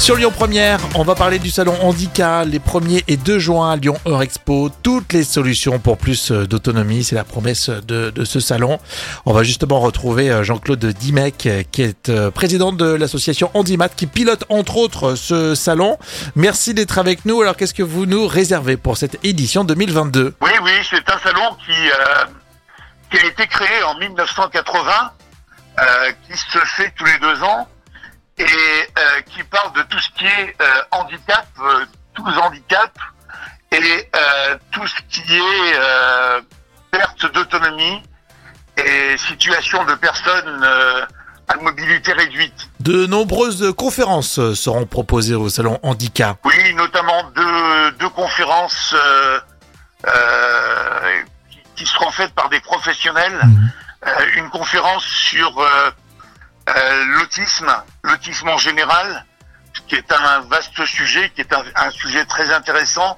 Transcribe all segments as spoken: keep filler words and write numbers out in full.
Sur Lyon Première, on va parler du salon Handicap les premiers et deux juin à Lyon Eurexpo. Toutes les solutions pour plus d'autonomie, c'est la promesse de, de ce salon. On va justement retrouver Jean-Claude Dimec, qui est président de l'association Handimat, qui pilote entre autres ce salon. Merci d'être avec nous. Alors, qu'est-ce que vous nous réservez pour cette édition deux mille vingt-deux ? Oui, oui, c'est un salon qui, euh, qui a été créé en mille neuf cent quatre-vingts, euh, qui se fait tous les deux ans. Et euh, qui parle de tout ce qui est euh, handicap, euh, tous handicaps, et euh, tout ce qui est euh, perte d'autonomie et situation de personnes euh, à mobilité réduite. De nombreuses conférences seront proposées au salon Handicap. Oui, notamment deux, deux conférences euh, euh, qui, qui seront faites par des professionnels. Mmh. Euh, une conférence sur... Euh, Euh, l'autisme, l'autisme en général, qui est un vaste sujet, qui est un, un sujet très intéressant,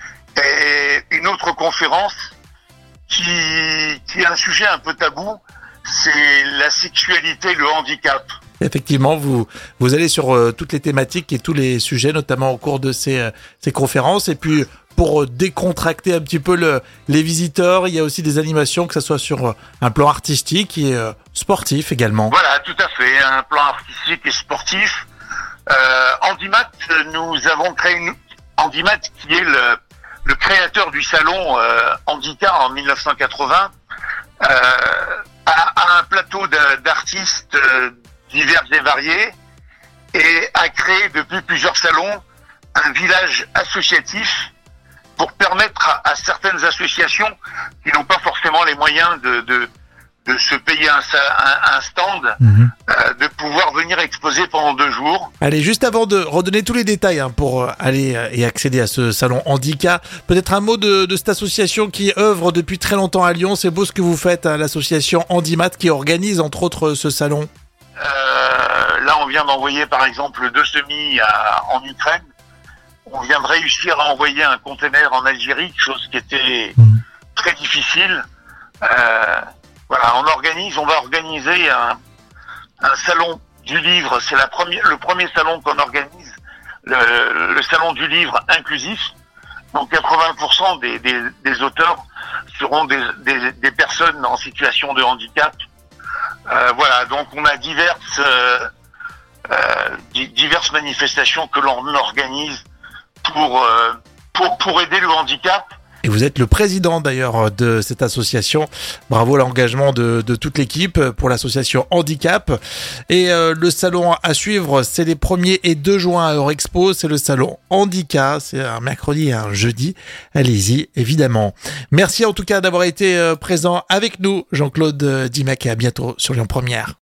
et une autre conférence qui, qui est un sujet un peu tabou, c'est la sexualité, le handicap. Effectivement, vous vous allez sur euh, toutes les thématiques et tous les sujets, notamment au cours de ces, euh, ces conférences, et puis pour décontracter un petit peu le, les visiteurs, il y a aussi des animations, que ce soit sur un plan artistique et euh, sportif également. Voilà, tout à fait, un plan artistique et sportif. Euh, Handimat, nous avons créé une... Handimat, qui est le, le créateur du salon euh, Handicap en mille neuf cent quatre-vingts, euh, a, a un plateau d'artistes euh, divers et variés et a créé depuis plusieurs salons un village associatif pour permettre à, à certaines associations qui n'ont pas forcément les moyens de, de, de se payer un, un, un stand, mmh. euh, de pouvoir venir exposer pendant deux jours. Allez, juste avant de redonner tous les détails hein, pour aller et accéder à ce salon Handicap, peut-être un mot de, de cette association qui œuvre depuis très longtemps à Lyon. C'est beau ce que vous faites à l'association Handimat qui organise entre autres ce salon. Euh, là, on vient d'envoyer par exemple deux semis à, en Ukraine. On vient de réussir à envoyer un conteneur en Algérie, chose qui était mmh. très difficile. Euh, voilà, on organise, on va organiser un, un salon du livre. C'est la première, le premier salon qu'on organise, le, le salon du livre inclusif. Donc quatre-vingts pour cent des, des, des auteurs seront des, des, des personnes en situation de handicap. Euh, voilà, donc on a diverses, euh, euh, diverses manifestations que l'on organise pour, euh, pour, pour aider le handicap. Et vous êtes le président d'ailleurs de cette association. Bravo à l'engagement de, de toute l'équipe pour l'association Handicap. Et euh, le salon à suivre, c'est les premiers et deux juin à Eurexpo. C'est le salon Handicap. C'est un mercredi et un jeudi. Allez-y, évidemment. Merci en tout cas d'avoir été présent avec nous, Jean-Claude Dimec. Et à bientôt sur Lyon Première.